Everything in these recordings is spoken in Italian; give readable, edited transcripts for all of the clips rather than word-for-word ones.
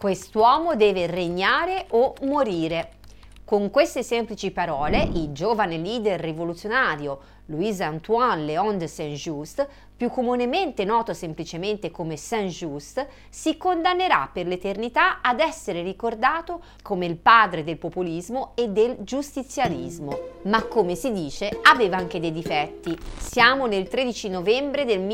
Quest'uomo deve regnare o morire. Con queste semplici parole, il giovane leader rivoluzionario Louis-Antoine Léon de Saint-Just, più comunemente noto semplicemente come Saint-Just, si condannerà per l'eternità ad essere ricordato come il padre del populismo e del giustizialismo. Ma come si dice, aveva anche dei difetti. Siamo nel 13 novembre del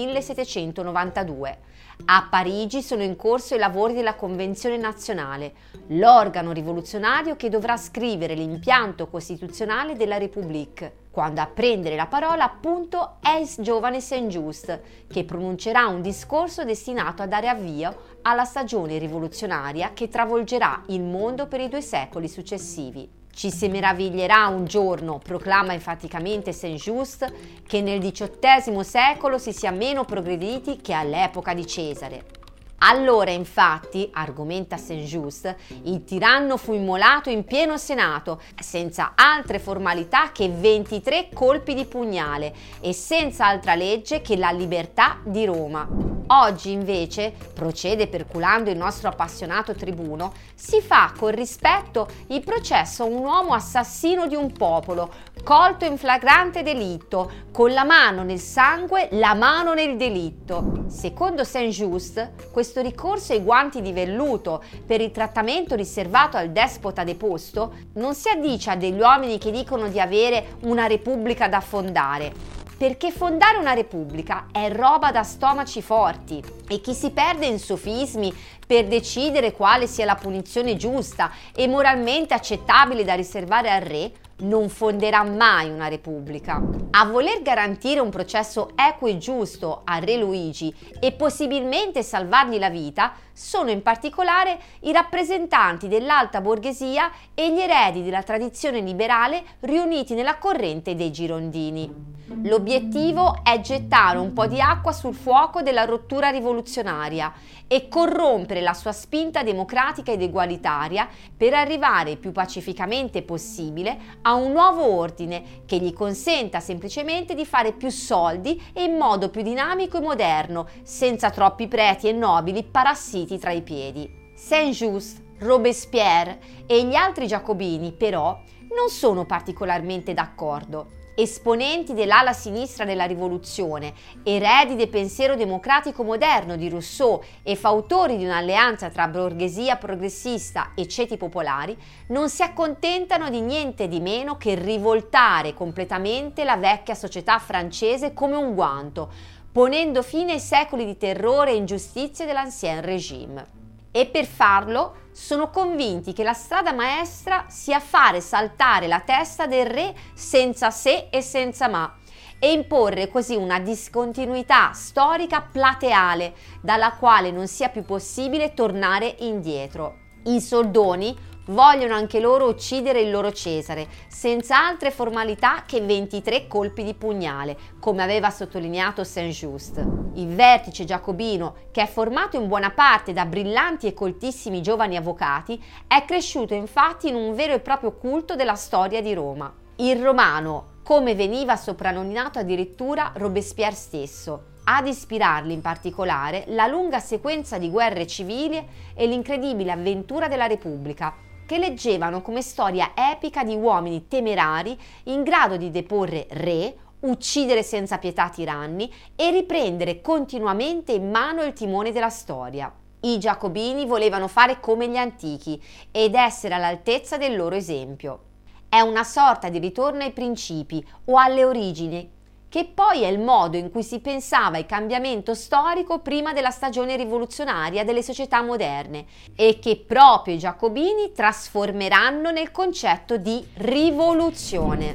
1792. A Parigi sono in corso i lavori della Convenzione nazionale, l'organo rivoluzionario che dovrà scrivere l'impianto costituzionale della République. Quando a prendere la parola, appunto, è il giovane Saint-Just, che pronuncerà un discorso destinato a dare avvio alla stagione rivoluzionaria che travolgerà il mondo per i 2 secoli successivi. Ci si meraviglierà un giorno, proclama enfaticamente Saint-Just, che nel XVIII secolo si sia meno progrediti che all'epoca di Cesare. Allora, infatti, argomenta Saint-Just, il tiranno fu immolato in pieno Senato, senza altre formalità che 23 colpi di pugnale e senza altra legge che la libertà di Roma. Oggi, invece, procede perculando il nostro appassionato tribuno, si fa con rispetto il processo a un uomo assassino di un popolo, colto in flagrante delitto, con la mano nel sangue, la mano nel delitto. Secondo Saint-Just, questo ricorso ai guanti di velluto per il trattamento riservato al despota deposto non si addice a degli uomini che dicono di avere una repubblica da fondare, perché fondare una repubblica è roba da stomaci forti e chi si perde in sofismi per decidere quale sia la punizione giusta e moralmente accettabile da riservare al re non fonderà mai una repubblica. A voler garantire un processo equo e giusto al re Luigi e possibilmente salvargli la vita sono in particolare i rappresentanti dell'alta borghesia e gli eredi della tradizione liberale riuniti nella corrente dei girondini. L'obiettivo è gettare un po' di acqua sul fuoco della rottura rivoluzionaria e corrompere la sua spinta democratica ed egualitaria per arrivare il più pacificamente possibile a un nuovo ordine che gli consenta semplicemente di fare più soldi e in modo più dinamico e moderno, senza troppi preti e nobili parassiti tra i piedi. Saint-Just, Robespierre e gli altri giacobini, però, non sono particolarmente d'accordo. Esponenti dell'ala sinistra della rivoluzione, eredi del pensiero democratico moderno di Rousseau e fautori di un'alleanza tra borghesia progressista e ceti popolari, non si accontentano di niente di meno che rivoltare completamente la vecchia società francese come un guanto, ponendo fine ai secoli di terrore e ingiustizia dell'ancien régime. E per farlo sono convinti che la strada maestra sia fare saltare la testa del re senza se e senza ma e imporre così una discontinuità storica plateale dalla quale non sia più possibile tornare indietro. I soldoni vogliono anche loro uccidere il loro Cesare, senza altre formalità che 23 colpi di pugnale, come aveva sottolineato Saint-Just. Il vertice giacobino, che è formato in buona parte da brillanti e coltissimi giovani avvocati, è cresciuto infatti in un vero e proprio culto della storia di Roma. Il romano, come veniva soprannominato addirittura Robespierre stesso, ad ispirarli in particolare la lunga sequenza di guerre civili e l'incredibile avventura della Repubblica, che leggevano come storia epica di uomini temerari in grado di deporre re, uccidere senza pietà tiranni e riprendere continuamente in mano il timone della storia. I giacobini volevano fare come gli antichi ed essere all'altezza del loro esempio. È una sorta di ritorno ai principi o alle origini, che poi è il modo in cui si pensava il cambiamento storico prima della stagione rivoluzionaria delle società moderne e che proprio i giacobini trasformeranno nel concetto di rivoluzione.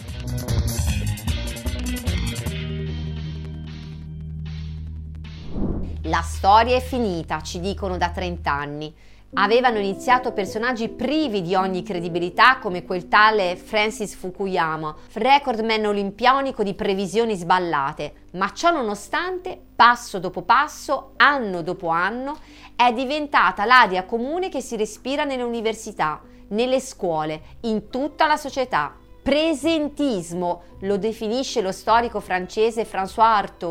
La storia è finita, ci dicono da 30 anni. Avevano iniziato personaggi privi di ogni credibilità come quel tale Francis Fukuyama, recordman olimpionico di previsioni sballate, ma ciò nonostante, passo dopo passo, anno dopo anno, è diventata l'aria comune che si respira nelle università, nelle scuole, in tutta la società. Presentismo, lo definisce lo storico francese François Artaud.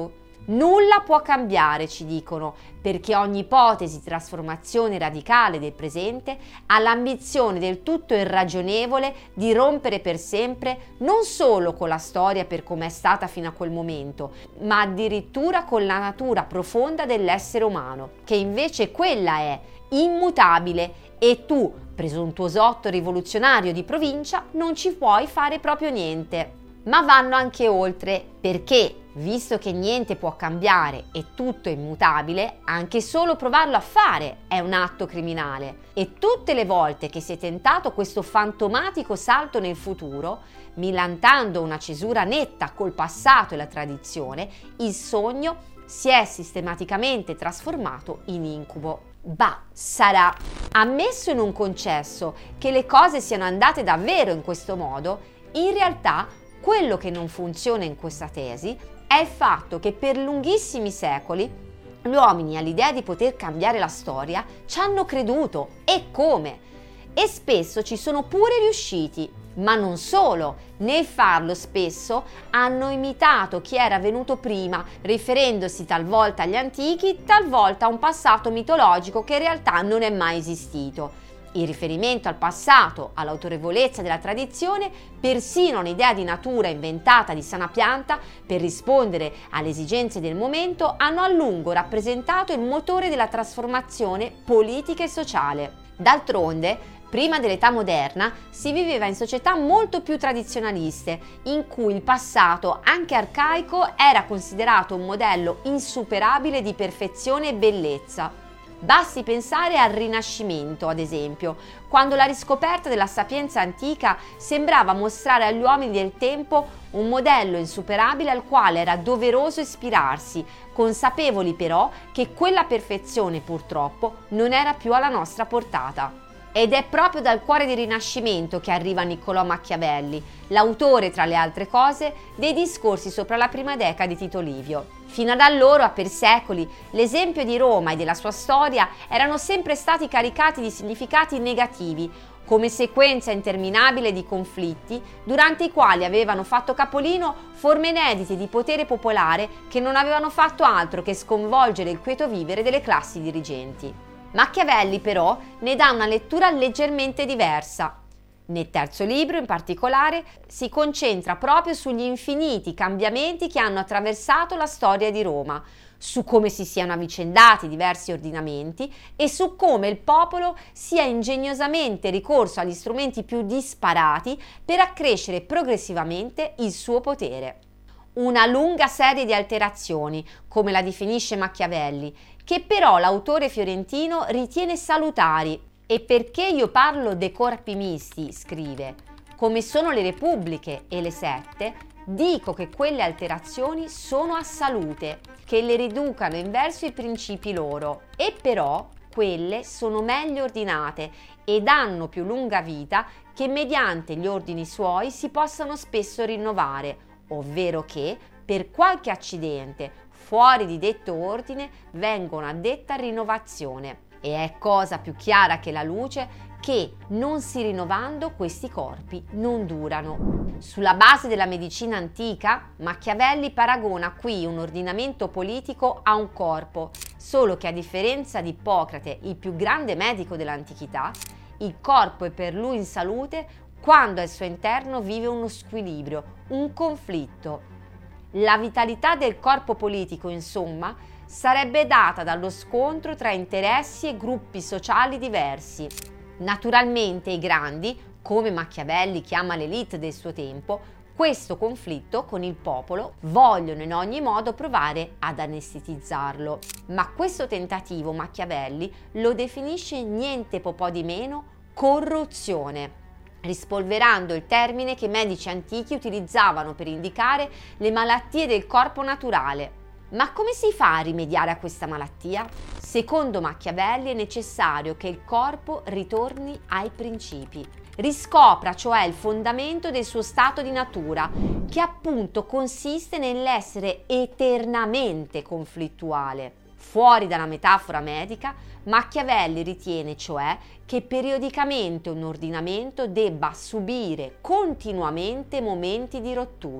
Nulla può cambiare, ci dicono, perché ogni ipotesi di trasformazione radicale del presente ha l'ambizione del tutto irragionevole di rompere per sempre non solo con la storia per come è stata fino a quel momento, ma addirittura con la natura profonda dell'essere umano, che invece quella è immutabile e tu, presuntuosotto rivoluzionario di provincia, non ci puoi fare proprio niente. Ma vanno anche oltre, perché, visto che niente può cambiare e tutto è immutabile, anche solo provarlo a fare è un atto criminale. E tutte le volte che si è tentato questo fantomatico salto nel futuro, millantando una cesura netta col passato e la tradizione, il sogno si è sistematicamente trasformato in incubo. Bah, sarà, ammesso in un concesso, che le cose siano andate davvero in questo modo, in realtà quello che non funziona in questa tesi è il fatto che per lunghissimi secoli gli uomini all'idea di poter cambiare la storia ci hanno creduto, e come? E spesso ci sono pure riusciti, ma non solo, nel farlo spesso hanno imitato chi era venuto prima, riferendosi talvolta agli antichi, talvolta a un passato mitologico che in realtà non è mai esistito. Il riferimento al passato, all'autorevolezza della tradizione, persino un'idea di natura inventata di sana pianta per rispondere alle esigenze del momento, hanno a lungo rappresentato il motore della trasformazione politica e sociale. D'altronde, prima dell'età moderna si viveva in società molto più tradizionaliste, in cui il passato, anche arcaico, era considerato un modello insuperabile di perfezione e bellezza. Basti pensare al Rinascimento, ad esempio, quando la riscoperta della sapienza antica sembrava mostrare agli uomini del tempo un modello insuperabile al quale era doveroso ispirarsi, consapevoli però che quella perfezione purtroppo non era più alla nostra portata. Ed è proprio dal cuore del Rinascimento che arriva Niccolò Machiavelli, l'autore, tra le altre cose, dei discorsi sopra la prima Deca di Tito Livio. Fino ad allora, per secoli, l'esempio di Roma e della sua storia erano sempre stati caricati di significati negativi, come sequenza interminabile di conflitti, durante i quali avevano fatto capolino forme inedite di potere popolare che non avevano fatto altro che sconvolgere il quieto vivere delle classi dirigenti. Machiavelli però ne dà una lettura leggermente diversa. Nel terzo libro, in particolare, si concentra proprio sugli infiniti cambiamenti che hanno attraversato la storia di Roma, su come si siano avvicendati diversi ordinamenti e su come il popolo sia ingegnosamente ricorso agli strumenti più disparati per accrescere progressivamente il suo potere. Una lunga serie di alterazioni, come la definisce Machiavelli, che però l'autore fiorentino ritiene salutari. E perché io parlo dei corpi misti, scrive, come sono le repubbliche e le sette, dico che quelle alterazioni sono a salute, che le riducano inverso i principi loro, e però quelle sono meglio ordinate ed hanno più lunga vita che mediante gli ordini suoi si possano spesso rinnovare, ovvero che, per qualche accidente, fuori di detto ordine, vengono a detta rinnovazione. E è cosa più chiara che la luce che, non si rinnovando, questi corpi non durano. Sulla base della medicina antica, Machiavelli paragona qui un ordinamento politico a un corpo, solo che a differenza di Ippocrate, il più grande medico dell'antichità, il corpo è per lui in salute quando al suo interno vive uno squilibrio, un conflitto. La vitalità del corpo politico, insomma, sarebbe data dallo scontro tra interessi e gruppi sociali diversi. Naturalmente i grandi, come Machiavelli chiama l'élite del suo tempo, questo conflitto con il popolo vogliono in ogni modo provare ad anestetizzarlo. Ma questo tentativo Machiavelli lo definisce niente po' di meno corruzione, rispolverando il termine che i medici antichi utilizzavano per indicare le malattie del corpo naturale. Ma come si fa a rimediare a questa malattia? Secondo Machiavelli è necessario che il corpo ritorni ai principi, riscopra cioè il fondamento del suo stato di natura, che appunto consiste nell'essere eternamente conflittuale. Fuori dalla metafora medica, Machiavelli ritiene cioè che periodicamente un ordinamento debba subire continuamente momenti di rottura,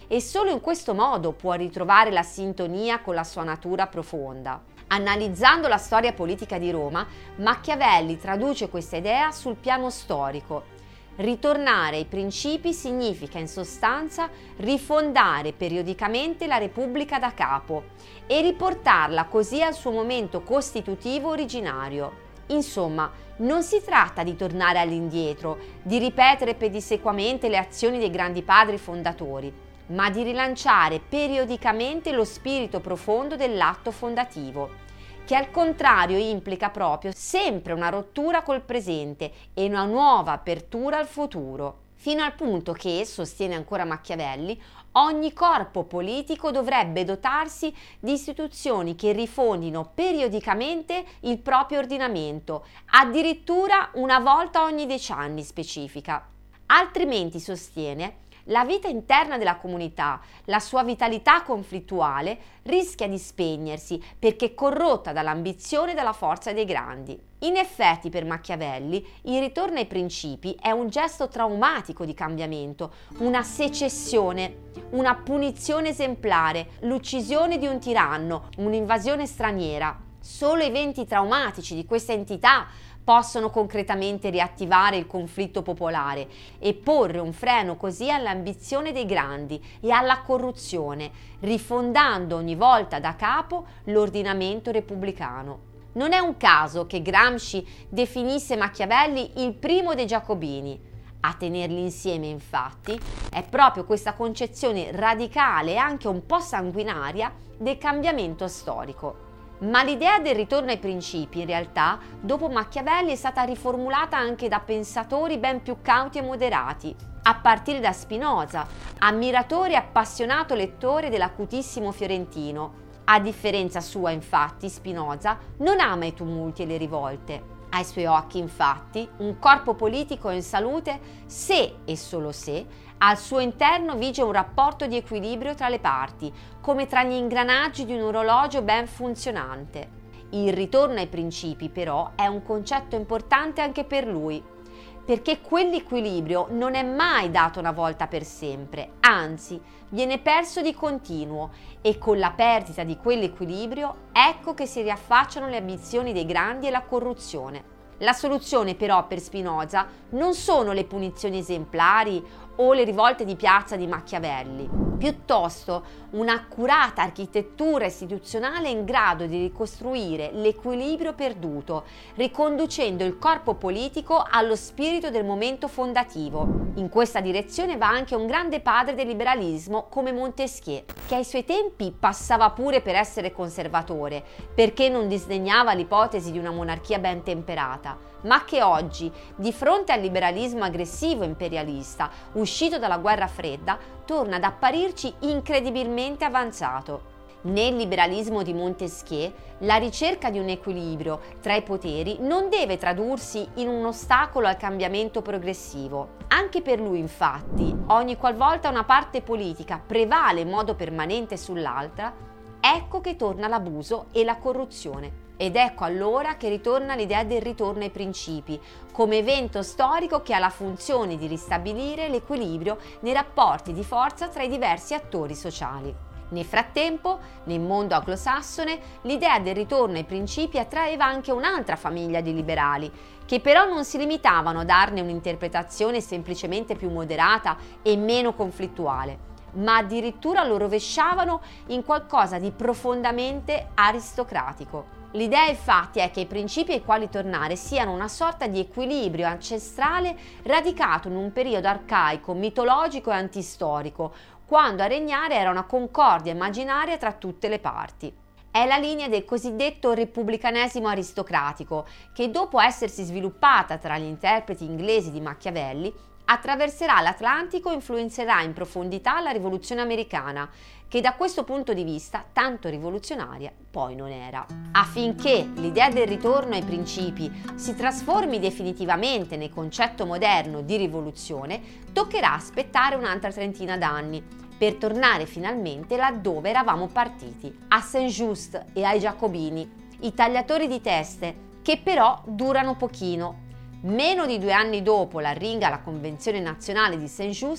e solo in questo modo può ritrovare la sintonia con la sua natura profonda. Analizzando la storia politica di Roma, Machiavelli traduce questa idea sul piano storico. Ritornare ai principi significa in sostanza rifondare periodicamente la Repubblica da capo e riportarla così al suo momento costitutivo originario. Insomma, non si tratta di tornare all'indietro, di ripetere pedissequamente le azioni dei grandi padri fondatori, ma di rilanciare periodicamente lo spirito profondo dell'atto fondativo, che al contrario implica proprio sempre una rottura col presente e una nuova apertura al futuro, fino al punto che, sostiene ancora Machiavelli, ogni corpo politico dovrebbe dotarsi di istituzioni che rifondino periodicamente il proprio ordinamento, addirittura una volta ogni 10 anni specifica. Altrimenti, sostiene, la vita interna della comunità, la sua vitalità conflittuale, rischia di spegnersi perché corrotta dall'ambizione e dalla forza dei grandi. In effetti, per Machiavelli, il ritorno ai principi è un gesto traumatico di cambiamento, una secessione, una punizione esemplare, l'uccisione di un tiranno, un'invasione straniera. Solo eventi traumatici di questa entità possono concretamente riattivare il conflitto popolare e porre un freno così all'ambizione dei grandi e alla corruzione, rifondando ogni volta da capo l'ordinamento repubblicano. Non è un caso che Gramsci definisse Machiavelli il primo dei giacobini. A tenerli insieme, infatti, è proprio questa concezione radicale e anche un po' sanguinaria del cambiamento storico. Ma l'idea del ritorno ai principi, in realtà, dopo Machiavelli è stata riformulata anche da pensatori ben più cauti e moderati, a partire da Spinoza, ammiratore e appassionato lettore dell'acutissimo fiorentino. A differenza sua, infatti, Spinoza non ama i tumulti e le rivolte. Ai suoi occhi, infatti, un corpo politico è in salute se e solo se al suo interno vige un rapporto di equilibrio tra le parti, come tra gli ingranaggi di un orologio ben funzionante. Il ritorno ai principi, però, è un concetto importante anche per lui, perché quell'equilibrio non è mai dato una volta per sempre, anzi, viene perso di continuo e con la perdita di quell'equilibrio ecco che si riaffacciano le ambizioni dei grandi e la corruzione. La soluzione però per Spinoza non sono le punizioni esemplari o le rivolte di piazza di Machiavelli, piuttosto un'accurata architettura istituzionale in grado di ricostruire l'equilibrio perduto, riconducendo il corpo politico allo spirito del momento fondativo. In questa direzione va anche un grande padre del liberalismo come Montesquieu, che ai suoi tempi passava pure per essere conservatore, perché non disdegnava l'ipotesi di una monarchia ben temperata, ma che oggi, di fronte al liberalismo aggressivo e imperialista, uscito dalla guerra fredda, torna ad apparirci incredibilmente avanzato. Nel liberalismo di Montesquieu, la ricerca di un equilibrio tra i poteri non deve tradursi in un ostacolo al cambiamento progressivo. Anche per lui, infatti, ogni qualvolta una parte politica prevale in modo permanente sull'altra, ecco che torna l'abuso e la corruzione. Ed ecco allora che ritorna l'idea del ritorno ai principi, come evento storico che ha la funzione di ristabilire l'equilibrio nei rapporti di forza tra i diversi attori sociali. Nel frattempo, nel mondo anglosassone, l'idea del ritorno ai principi attraeva anche un'altra famiglia di liberali, che però non si limitavano a darne un'interpretazione semplicemente più moderata e meno conflittuale, ma addirittura lo rovesciavano in qualcosa di profondamente aristocratico. L'idea infatti è che i principi ai quali tornare siano una sorta di equilibrio ancestrale radicato in un periodo arcaico, mitologico e antistorico, quando a regnare era una concordia immaginaria tra tutte le parti. È la linea del cosiddetto repubblicanesimo aristocratico, che dopo essersi sviluppata tra gli interpreti inglesi di Machiavelli, attraverserà l'Atlantico e influenzerà in profondità la rivoluzione americana, che da questo punto di vista tanto rivoluzionaria poi non era. Affinché l'idea del ritorno ai principi si trasformi definitivamente nel concetto moderno di rivoluzione, toccherà aspettare un'altra trentina d'anni, per tornare finalmente laddove eravamo partiti, a Saint-Just e ai Giacobini, i tagliatori di teste, che però durano pochino. Meno di 2 anni dopo l'arringa alla Convenzione Nazionale di Saint-Just,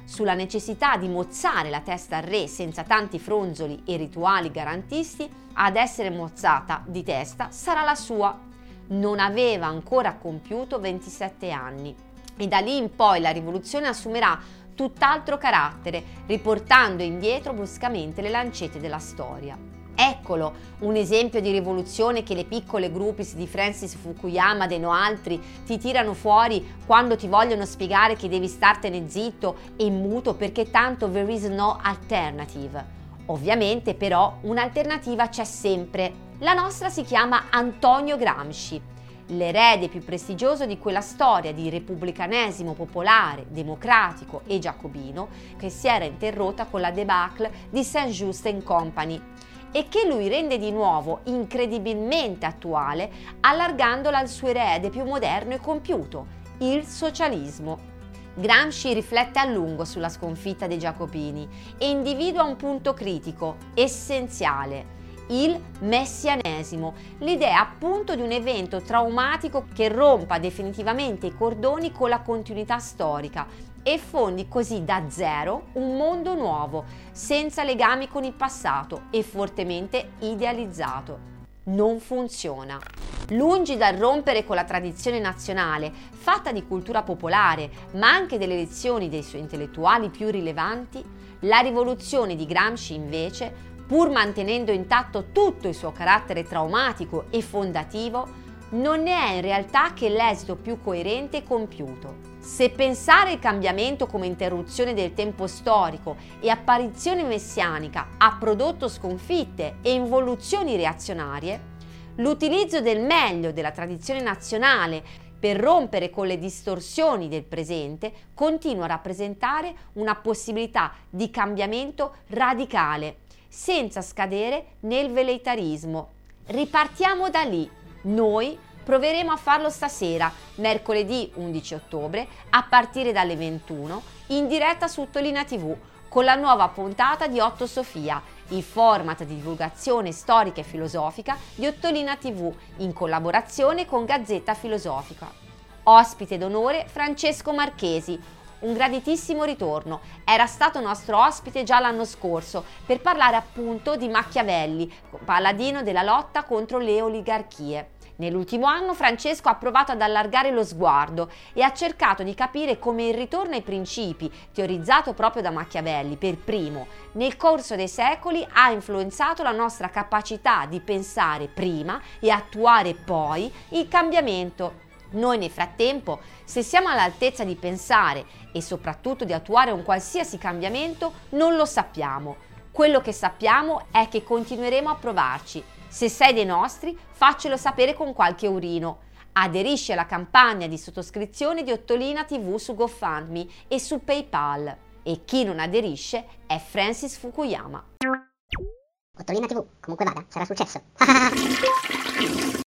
sulla necessità di mozzare la testa al re senza tanti fronzoli e rituali garantisti, ad essere mozzata di testa sarà la sua. Non aveva ancora compiuto 27 anni e da lì in poi la rivoluzione assumerà tutt'altro carattere, riportando indietro bruscamente le lancette della storia. Eccolo, un esempio di rivoluzione che le piccole groupies di Francis Fukuyama e no altri ti tirano fuori quando ti vogliono spiegare che devi startene zitto e muto perché tanto there is no alternative. Ovviamente però un'alternativa c'è sempre. La nostra si chiama Antonio Gramsci, l'erede più prestigioso di quella storia di repubblicanesimo popolare, democratico e giacobino che si era interrotta con la debacle di Saint-Just & Company e che lui rende di nuovo incredibilmente attuale allargandola al suo erede più moderno e compiuto, il socialismo. Gramsci riflette a lungo sulla sconfitta dei giacobini e individua un punto critico, essenziale: il messianesimo, l'idea appunto di un evento traumatico che rompa definitivamente i cordoni con la continuità storica e fondi così da zero un mondo nuovo, senza legami con il passato e fortemente idealizzato. Non funziona. Lungi dal rompere con la tradizione nazionale, fatta di cultura popolare, ma anche delle lezioni dei suoi intellettuali più rilevanti, la rivoluzione di Gramsci invece, pur mantenendo intatto tutto il suo carattere traumatico e fondativo, non ne è in realtà che l'esito più coerente e compiuto. Se pensare il cambiamento come interruzione del tempo storico e apparizione messianica ha prodotto sconfitte e involuzioni reazionarie, l'utilizzo del meglio della tradizione nazionale per rompere con le distorsioni del presente continua a rappresentare una possibilità di cambiamento radicale, senza scadere nel veleitarismo. Ripartiamo da lì. Noi proveremo a farlo stasera, mercoledì 11 ottobre, a partire dalle 21, in diretta su Ottolina TV, con la nuova puntata di Otto Sofia, il format di divulgazione storica e filosofica di Ottolina TV, in collaborazione con Gazzetta Filosofica. Ospite d'onore Francesco Marchesi, un graditissimo ritorno. Era stato nostro ospite già l'anno scorso per parlare appunto di Machiavelli, paladino della lotta contro le oligarchie. Nell'ultimo anno Francesco ha provato ad allargare lo sguardo e ha cercato di capire come il ritorno ai principi, teorizzato proprio da Machiavelli per primo, nel corso dei secoli ha influenzato la nostra capacità di pensare prima e attuare poi il cambiamento. Noi nel frattempo, se siamo all'altezza di pensare e soprattutto di attuare un qualsiasi cambiamento, non lo sappiamo. Quello che sappiamo è che continueremo a provarci. Se sei dei nostri, faccelo sapere con qualche eurino. Aderisci alla campagna di sottoscrizione di Ottolina TV su GoFundMe e su PayPal. E chi non aderisce è Francis Fukuyama. Ottolina TV, comunque vada, sarà successo.